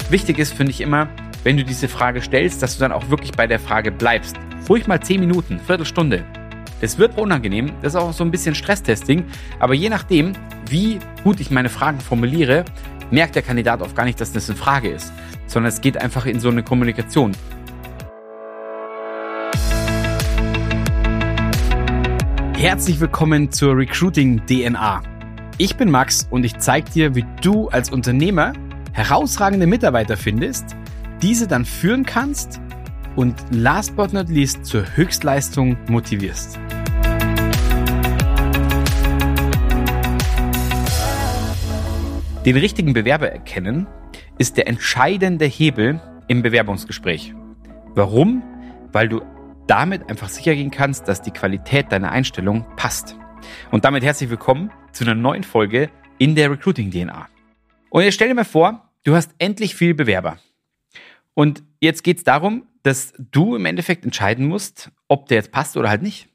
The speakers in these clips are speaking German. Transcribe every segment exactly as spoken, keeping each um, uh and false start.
Wichtig ist, finde ich immer, wenn du diese Frage stellst, dass du dann auch wirklich bei der Frage bleibst. Ruhig mal zehn Minuten, Viertelstunde. Das wird unangenehm, das ist auch so ein bisschen Stresstesting, aber je nachdem, wie gut ich meine Fragen formuliere, merkt der Kandidat oft gar nicht, dass das eine Frage ist, sondern es geht einfach in so eine Kommunikation. Herzlich willkommen zur Recruiting D N A. Ich bin Max und ich zeige dir, wie du als Unternehmer herausragende Mitarbeiter findest, diese dann führen kannst und last but not least zur Höchstleistung motivierst. Den richtigen Bewerber erkennen ist der entscheidende Hebel im Bewerbungsgespräch. Warum? Weil du damit einfach sicher gehen kannst, dass die Qualität deiner Einstellung passt. Und damit herzlich willkommen zu einer neuen Folge in der Recruiting D N A. Und jetzt stell dir mal vor, du hast endlich viele Bewerber. Und jetzt geht es darum, dass du im Endeffekt entscheiden musst, ob der jetzt passt oder halt nicht.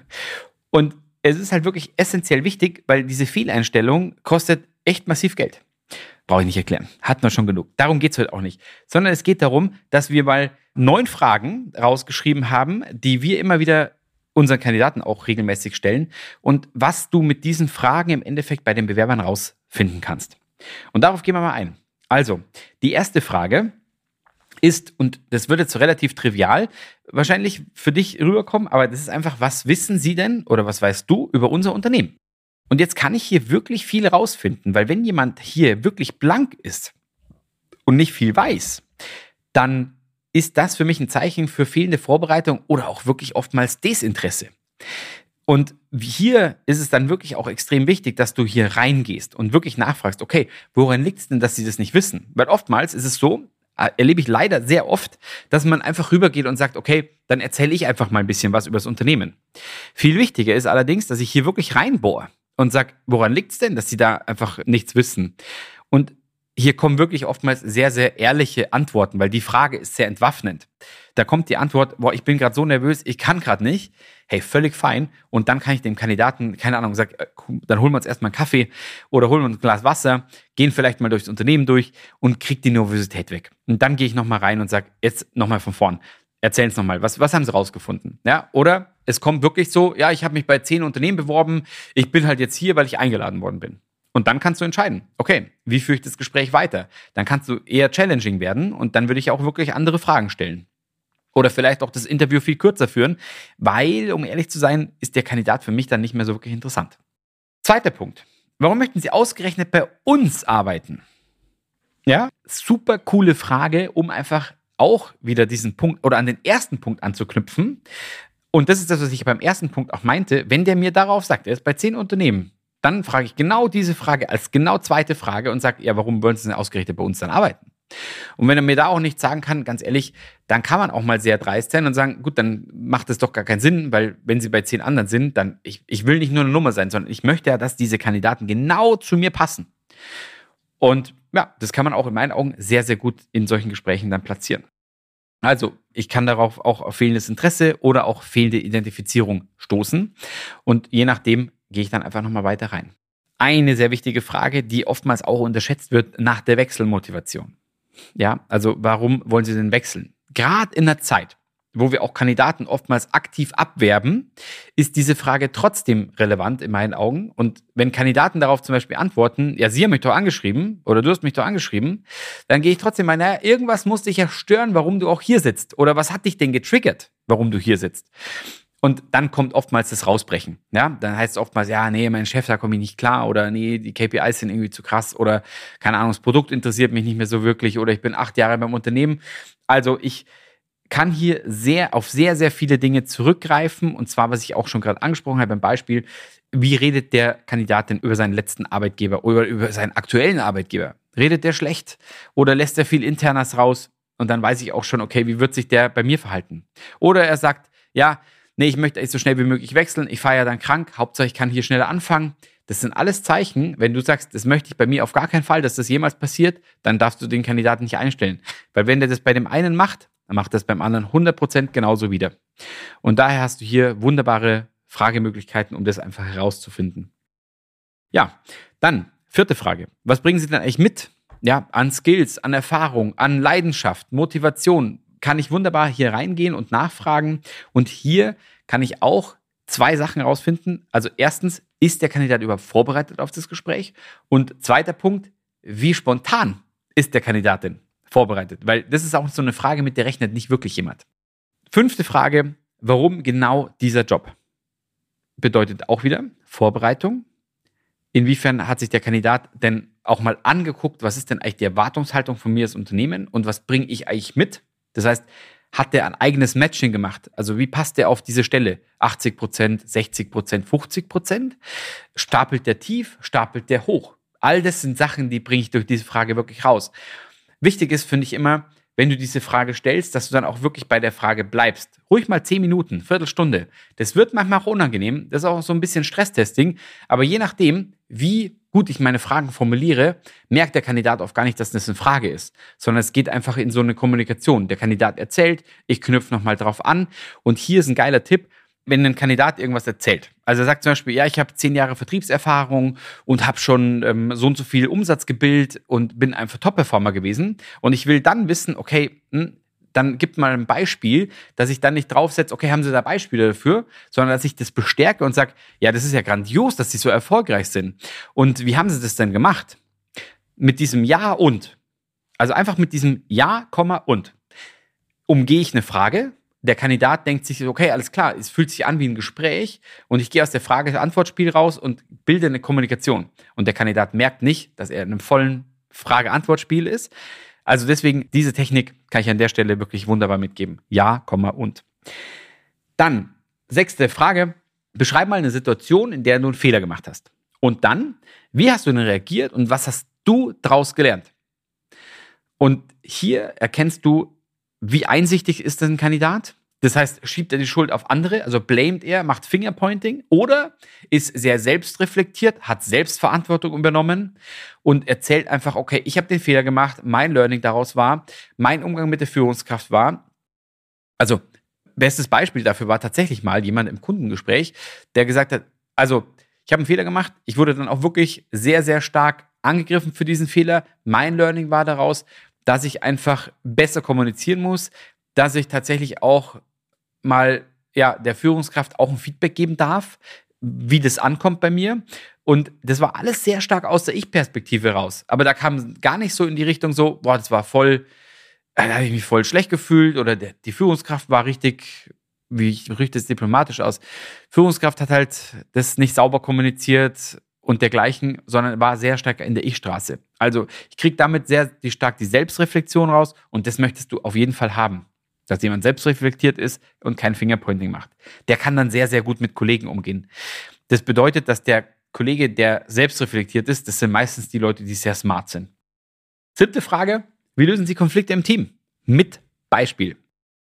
Und es ist halt wirklich essentiell wichtig, weil diese Fehleinstellung kostet echt massiv Geld. Brauche ich nicht erklären. Hatten wir schon genug. Darum geht es heute auch nicht. Sondern es geht darum, dass wir mal neun Fragen rausgeschrieben haben, die wir immer wieder unseren Kandidaten auch regelmäßig stellen und was du mit diesen Fragen im Endeffekt bei den Bewerbern rausfinden kannst. Und darauf gehen wir mal ein. Also, die erste Frage ist, und das wird jetzt relativ trivial, wahrscheinlich für dich rüberkommen, aber das ist einfach, was wissen Sie denn oder was weißt du über unser Unternehmen? Und jetzt kann ich hier wirklich viel rausfinden, weil wenn jemand hier wirklich blank ist und nicht viel weiß, dann ist das für mich ein Zeichen für fehlende Vorbereitung oder auch wirklich oftmals Desinteresse. Und hier ist es dann wirklich auch extrem wichtig, dass du hier reingehst und wirklich nachfragst, okay, woran liegt es denn, dass sie das nicht wissen? Weil oftmals ist es so, erlebe ich leider sehr oft, dass man einfach rübergeht und sagt, okay, dann erzähle ich einfach mal ein bisschen was über das Unternehmen. Viel wichtiger ist allerdings, dass ich hier wirklich reinbohre und sage, woran liegt es denn, dass sie da einfach nichts wissen? Und hier kommen wirklich oftmals sehr, sehr ehrliche Antworten, weil die Frage ist sehr entwaffnend. Da kommt die Antwort, boah, ich bin gerade so nervös, ich kann gerade nicht. Hey, völlig fein. Und dann kann ich dem Kandidaten, keine Ahnung, sag, dann holen wir uns erstmal einen Kaffee oder holen wir uns ein Glas Wasser, gehen vielleicht mal durchs Unternehmen durch und krieg die Nervosität weg. Und dann gehe ich nochmal rein und sage, jetzt nochmal von vorn. Erzählen Sie nochmal, was, was haben Sie rausgefunden? Ja, oder es kommt wirklich so, ja, ich habe mich bei zehn Unternehmen beworben, ich bin halt jetzt hier, weil ich eingeladen worden bin. Und dann kannst du entscheiden, okay, wie führe ich das Gespräch weiter? Dann kannst du eher challenging werden und dann würde ich auch wirklich andere Fragen stellen. Oder vielleicht auch das Interview viel kürzer führen, weil, um ehrlich zu sein, ist der Kandidat für mich dann nicht mehr so wirklich interessant. Zweiter Punkt. Warum möchten Sie ausgerechnet bei uns arbeiten? Ja, super coole Frage, um einfach auch wieder diesen Punkt oder an den ersten Punkt anzuknüpfen. Und das ist das, was ich beim ersten Punkt auch meinte. Wenn der mir darauf sagt, er ist bei zehn Unternehmen, dann frage ich genau diese Frage als genau zweite Frage und sage, ja, warum wollen Sie denn ausgerechnet bei uns dann arbeiten? Und wenn er mir da auch nichts sagen kann, ganz ehrlich, dann kann man auch mal sehr dreist sein und sagen, gut, dann macht es doch gar keinen Sinn, weil wenn Sie bei zehn anderen sind, dann, ich, ich will nicht nur eine Nummer sein, sondern ich möchte ja, dass diese Kandidaten genau zu mir passen. Und ja, das kann man auch in meinen Augen sehr, sehr gut in solchen Gesprächen dann platzieren. Also, ich kann darauf auch auf fehlendes Interesse oder auch fehlende Identifizierung stoßen und je nachdem gehe ich dann einfach nochmal weiter rein. Eine sehr wichtige Frage, die oftmals auch unterschätzt wird, nach der Wechselmotivation. Ja, also warum wollen Sie denn wechseln? Gerade in der Zeit, wo wir auch Kandidaten oftmals aktiv abwerben, ist diese Frage trotzdem relevant in meinen Augen. Und wenn Kandidaten darauf zum Beispiel antworten, ja, Sie haben mich doch angeschrieben oder du hast mich doch angeschrieben, dann gehe ich trotzdem mal, naja, irgendwas muss dich ja stören, warum du auch hier sitzt. Oder was hat dich denn getriggert, warum du hier sitzt? Und dann kommt oftmals das Rausbrechen. Ja, dann heißt es oftmals, ja, nee, mein Chef, da komme ich nicht klar oder nee, die K P Is sind irgendwie zu krass oder keine Ahnung, das Produkt interessiert mich nicht mehr so wirklich oder ich bin acht Jahre beim Unternehmen. Also ich kann hier sehr auf sehr, sehr viele Dinge zurückgreifen und zwar, was ich auch schon gerade angesprochen habe beim Beispiel, wie redet der Kandidat denn über seinen letzten Arbeitgeber oder über seinen aktuellen Arbeitgeber? Redet der schlecht oder lässt er viel Internas raus? Und dann weiß ich auch schon, okay, wie wird sich der bei mir verhalten? Oder er sagt, ja, nee, ich möchte eigentlich so schnell wie möglich wechseln, ich fahre ja dann krank, Hauptsache ich kann hier schneller anfangen. Das sind alles Zeichen, wenn du sagst, das möchte ich bei mir auf gar keinen Fall, dass das jemals passiert, dann darfst du den Kandidaten nicht einstellen. Weil wenn der das bei dem einen macht, dann macht das beim anderen hundert Prozent genauso wieder. Und daher hast du hier wunderbare Fragemöglichkeiten, um das einfach herauszufinden. Ja, dann vierte Frage. Was bringen Sie denn eigentlich mit? ja, an Skills, an Erfahrung, an Leidenschaft, Motivation, kann ich wunderbar hier reingehen und nachfragen. Und hier kann ich auch zwei Sachen herausfinden. Also erstens, ist der Kandidat überhaupt vorbereitet auf das Gespräch? Und zweiter Punkt, wie spontan ist der Kandidat denn vorbereitet? Weil das ist auch so eine Frage, mit der rechnet nicht wirklich jemand. Fünfte Frage, warum genau dieser Job? Bedeutet auch wieder Vorbereitung. Inwiefern hat sich der Kandidat denn auch mal angeguckt, was ist denn eigentlich die Erwartungshaltung von mir als Unternehmen und was bringe ich eigentlich mit? Das heißt, hat der ein eigenes Matching gemacht? Also wie passt der auf diese Stelle? achtzig Prozent, sechzig Prozent, fünfzig Prozent? Stapelt der tief? Stapelt der hoch? All das sind Sachen, die bringe ich durch diese Frage wirklich raus. Wichtig ist, finde ich immer, wenn du diese Frage stellst, dass du dann auch wirklich bei der Frage bleibst. Ruhig mal zehn Minuten, Viertelstunde. Das wird manchmal auch unangenehm. Das ist auch so ein bisschen Stresstesting. Aber je nachdem, wie gut ich meine Fragen formuliere, merkt der Kandidat oft gar nicht, dass das eine Frage ist, sondern es geht einfach in so eine Kommunikation. Der Kandidat erzählt, ich knüpfe nochmal drauf an. Und hier ist ein geiler Tipp, wenn ein Kandidat irgendwas erzählt. Also er sagt zum Beispiel, ja, ich habe zehn Jahre Vertriebserfahrung und habe schon ähm, so und so viel Umsatz gebildet und bin einfach Top-Performer gewesen. Und ich will dann wissen, okay, hm, dann gibt mal ein Beispiel, dass ich dann nicht draufsetze, okay, haben Sie da Beispiele dafür, sondern dass ich das bestärke und sage, ja, das ist ja grandios, dass Sie so erfolgreich sind. Und wie haben Sie das denn gemacht? Mit diesem Ja und. Also einfach mit diesem Ja, Komma und. Umgehe ich eine Frage. Der Kandidat denkt sich, okay, alles klar, es fühlt sich an wie ein Gespräch und ich gehe aus der Frage-Antwort-Spiel raus und bilde eine Kommunikation. Und der Kandidat merkt nicht, dass er in einem vollen Frage-Antwort-Spiel ist. Also deswegen, diese Technik kann ich an der Stelle wirklich wunderbar mitgeben. Ja, Komma und. Dann, sechste Frage. Beschreib mal eine Situation, in der du einen Fehler gemacht hast. Und dann, wie hast du denn reagiert und was hast du daraus gelernt? Und hier erkennst du, wie einsichtig ist denn ein Kandidat? Das heißt, schiebt er die Schuld auf andere, also blamet er, macht Fingerpointing oder ist sehr selbstreflektiert, hat Selbstverantwortung übernommen und erzählt einfach, okay, ich habe den Fehler gemacht, mein Learning daraus war, mein Umgang mit der Führungskraft war. Also, bestes Beispiel dafür war tatsächlich mal jemand im Kundengespräch, der gesagt hat, also, ich habe einen Fehler gemacht, ich wurde dann auch wirklich sehr, sehr stark angegriffen für diesen Fehler. Mein Learning war daraus, dass ich einfach besser kommunizieren muss, dass ich tatsächlich auch mal ja, der Führungskraft auch ein Feedback geben darf, wie das ankommt bei mir. Und das war alles sehr stark aus der Ich-Perspektive raus. Aber da kam gar nicht so in die Richtung so, boah, das war voll, da habe ich mich voll schlecht gefühlt oder der, die Führungskraft war richtig, wie ich drücke das diplomatisch aus, Führungskraft hat halt das nicht sauber kommuniziert und dergleichen, sondern war sehr stark in der Ich-Straße. Also ich kriege damit sehr die, stark die Selbstreflexion raus und das möchtest du auf jeden Fall haben. Dass jemand selbstreflektiert ist und kein Fingerpointing macht. Der kann dann sehr, sehr gut mit Kollegen umgehen. Das bedeutet, dass der Kollege, der selbstreflektiert ist, das sind meistens die Leute, die sehr smart sind. Siebte Frage, wie lösen Sie Konflikte im Team? Mit Beispiel.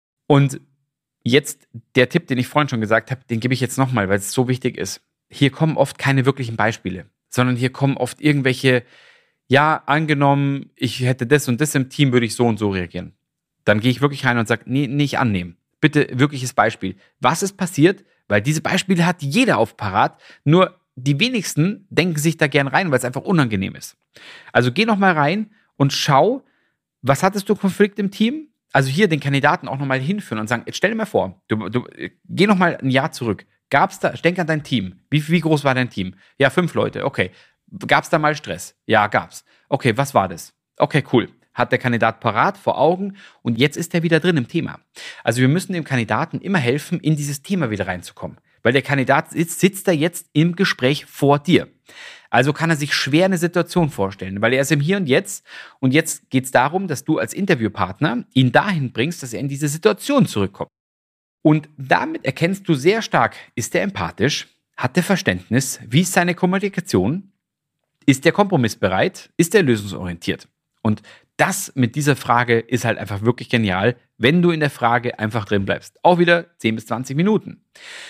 Und jetzt der Tipp, den ich vorhin schon gesagt habe, den gebe ich jetzt nochmal, weil es so wichtig ist. Hier kommen oft keine wirklichen Beispiele, sondern hier kommen oft irgendwelche, ja, angenommen, ich hätte das und das im Team, würde ich so und so reagieren. Dann gehe ich wirklich rein und sage, nee, nicht annehmen. Bitte wirkliches Beispiel. Was ist passiert? Weil diese Beispiele hat jeder auf parat, nur die wenigsten denken sich da gern rein, weil es einfach unangenehm ist. Also geh nochmal rein und schau, was hattest du Konflikt im Team? Also hier den Kandidaten auch nochmal hinführen und sagen, jetzt stell dir mal vor, du, du geh nochmal ein Jahr zurück. Gab's da, denk an dein Team. Wie, wie groß war dein Team? Ja, fünf Leute, okay. Gab's da mal Stress? Ja, gab's. Okay, was war das? Okay, cool. Hat der Kandidat parat, vor Augen und jetzt ist er wieder drin im Thema. Also wir müssen dem Kandidaten immer helfen, in dieses Thema wieder reinzukommen. Weil der Kandidat sitzt, sitzt da jetzt im Gespräch vor dir. Also kann er sich schwer eine Situation vorstellen, weil er ist im Hier und Jetzt und jetzt geht es darum, dass du als Interviewpartner ihn dahin bringst, dass er in diese Situation zurückkommt. Und damit erkennst du sehr stark, ist er empathisch, hat er Verständnis, wie ist seine Kommunikation, ist er kompromissbereit, ist er lösungsorientiert. Und das mit dieser Frage ist halt einfach wirklich genial, wenn du in der Frage einfach drin bleibst. Auch wieder zehn bis zwanzig Minuten.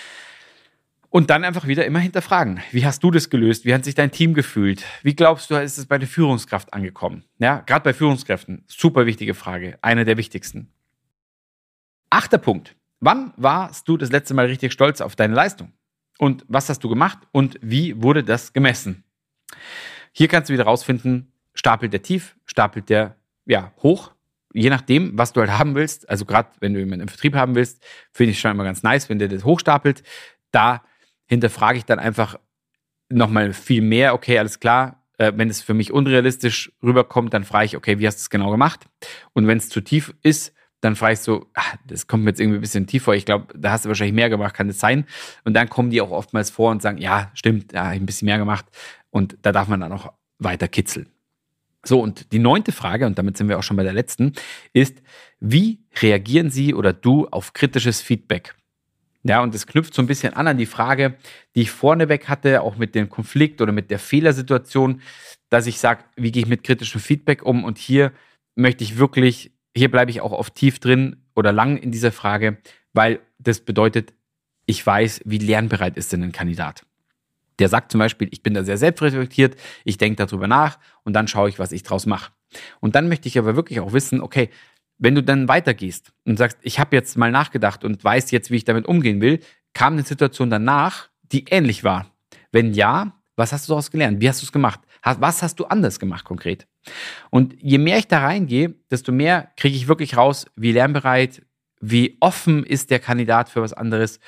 Und dann einfach wieder immer hinterfragen. Wie hast du das gelöst? Wie hat sich dein Team gefühlt? Wie glaubst du, ist es bei der Führungskraft angekommen? Ja, gerade bei Führungskräften, super wichtige Frage, eine der wichtigsten. Achter Punkt. Wann warst du das letzte Mal richtig stolz auf deine Leistung? Und was hast du gemacht und wie wurde das gemessen? Hier kannst du wieder rausfinden, stapelt der tief, stapelt der ja hoch, je nachdem, was du halt haben willst. Also gerade wenn du jemanden im Vertrieb haben willst, finde ich schon immer ganz nice, wenn der das hochstapelt. Da hinterfrage ich dann einfach nochmal viel mehr. Okay, alles klar, äh, wenn es für mich unrealistisch rüberkommt, dann frage ich, okay, wie hast du es genau gemacht? Und wenn es zu tief ist, dann frage ich so, ach, das kommt mir jetzt irgendwie ein bisschen tief vor. Ich glaube, da hast du wahrscheinlich mehr gemacht, kann das sein? Und dann kommen die auch oftmals vor und sagen, ja, stimmt, da habe ich ein bisschen mehr gemacht. Und da darf man dann auch weiter kitzeln. So, und die neunte Frage, und damit sind wir auch schon bei der letzten, ist, wie reagieren Sie oder du auf kritisches Feedback? Ja, und das knüpft so ein bisschen an an die Frage, die ich vorneweg hatte, auch mit dem Konflikt oder mit der Fehlersituation, dass ich sage, wie gehe ich mit kritischem Feedback um? Und hier möchte ich wirklich, hier bleibe ich auch oft tief drin oder lang in dieser Frage, weil das bedeutet, ich weiß, wie lernbereit ist denn ein Kandidat. Der sagt zum Beispiel, ich bin da sehr selbstreflektiert, ich denke darüber nach und dann schaue ich, was ich draus mache. Und dann möchte ich aber wirklich auch wissen, okay, wenn du dann weitergehst und sagst, ich habe jetzt mal nachgedacht und weiß jetzt, wie ich damit umgehen will, kam eine Situation danach, die ähnlich war. Wenn ja, was hast du daraus gelernt? Wie hast du es gemacht? Was hast du anders gemacht konkret? Und je mehr ich da reingehe, desto mehr kriege ich wirklich raus, wie lernbereit, wie offen ist der Kandidat für was anderes.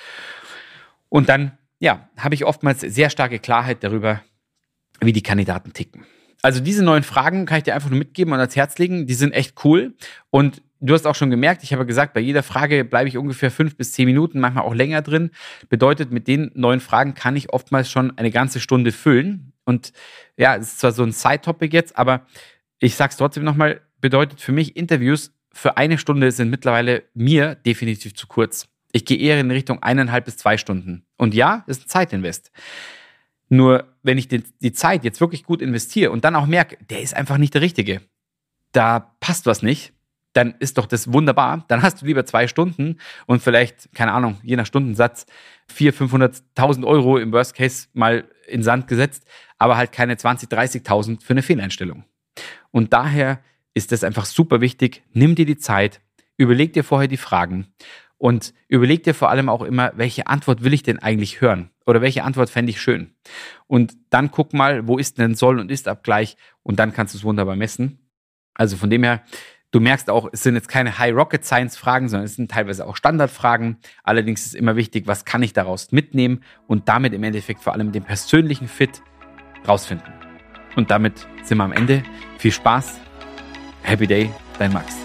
Und dann, ja, habe ich oftmals sehr starke Klarheit darüber, wie die Kandidaten ticken. Also diese neuen Fragen kann ich dir einfach nur mitgeben und ans Herz legen. Die sind echt cool. Und du hast auch schon gemerkt, ich habe gesagt, bei jeder Frage bleibe ich ungefähr fünf bis zehn Minuten, manchmal auch länger drin. Bedeutet, mit den neuen Fragen kann ich oftmals schon eine ganze Stunde füllen. Und ja, es ist zwar so ein Side-Topic jetzt, aber ich sage es trotzdem nochmal, bedeutet für mich, Interviews für eine Stunde sind mittlerweile mir definitiv zu kurz. Ich gehe eher in Richtung eineinhalb bis zwei Stunden. Und ja, das ist ein Zeitinvest. Nur wenn ich die, die Zeit jetzt wirklich gut investiere und dann auch merke, der ist einfach nicht der Richtige, da passt was nicht, dann ist doch das wunderbar. Dann hast du lieber zwei Stunden und vielleicht, keine Ahnung, je nach Stundensatz, vierhunderttausend, fünfhunderttausend Euro im Worst Case mal in Sand gesetzt, aber halt keine zwanzigtausend, dreißigtausend für eine Fehleinstellung. Und daher ist das einfach super wichtig. Nimm dir die Zeit, überleg dir vorher die Fragen und überleg dir vor allem auch immer, welche Antwort will ich denn eigentlich hören? Oder welche Antwort fände ich schön? Und dann guck mal, wo ist denn Soll- und Ist-Abgleich? Und dann kannst du es wunderbar messen. Also von dem her, du merkst auch, es sind jetzt keine High-Rocket-Science-Fragen, sondern es sind teilweise auch Standardfragen. Allerdings ist immer wichtig, was kann ich daraus mitnehmen und damit im Endeffekt vor allem den persönlichen Fit rausfinden. Und damit sind wir am Ende. Viel Spaß. Happy Day, dein Max.